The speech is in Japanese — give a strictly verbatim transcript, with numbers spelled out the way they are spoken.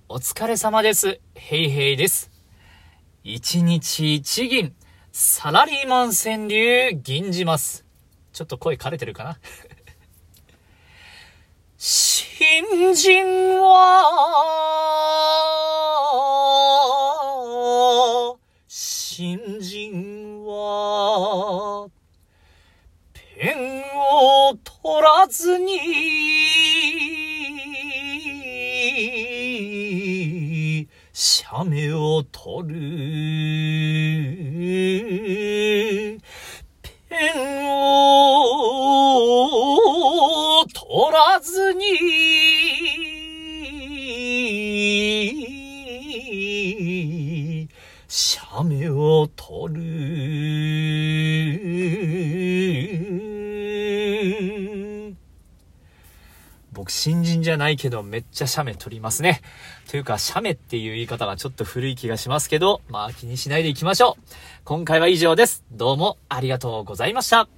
お疲れ様です。ヘイヘイです。一日一銀、サラリーマン川柳銀じます。ちょっと声枯れてるかな新人は、新人は、ペンを取らずに、写メを取る。ペンを取らずに、写メを取る。僕新人じゃないけどめっちゃ写メ撮りますね。というか写メっていう言い方がちょっと古い気がしますけど、まあ気にしないでいきましょう。今回は以上です。どうもありがとうございました。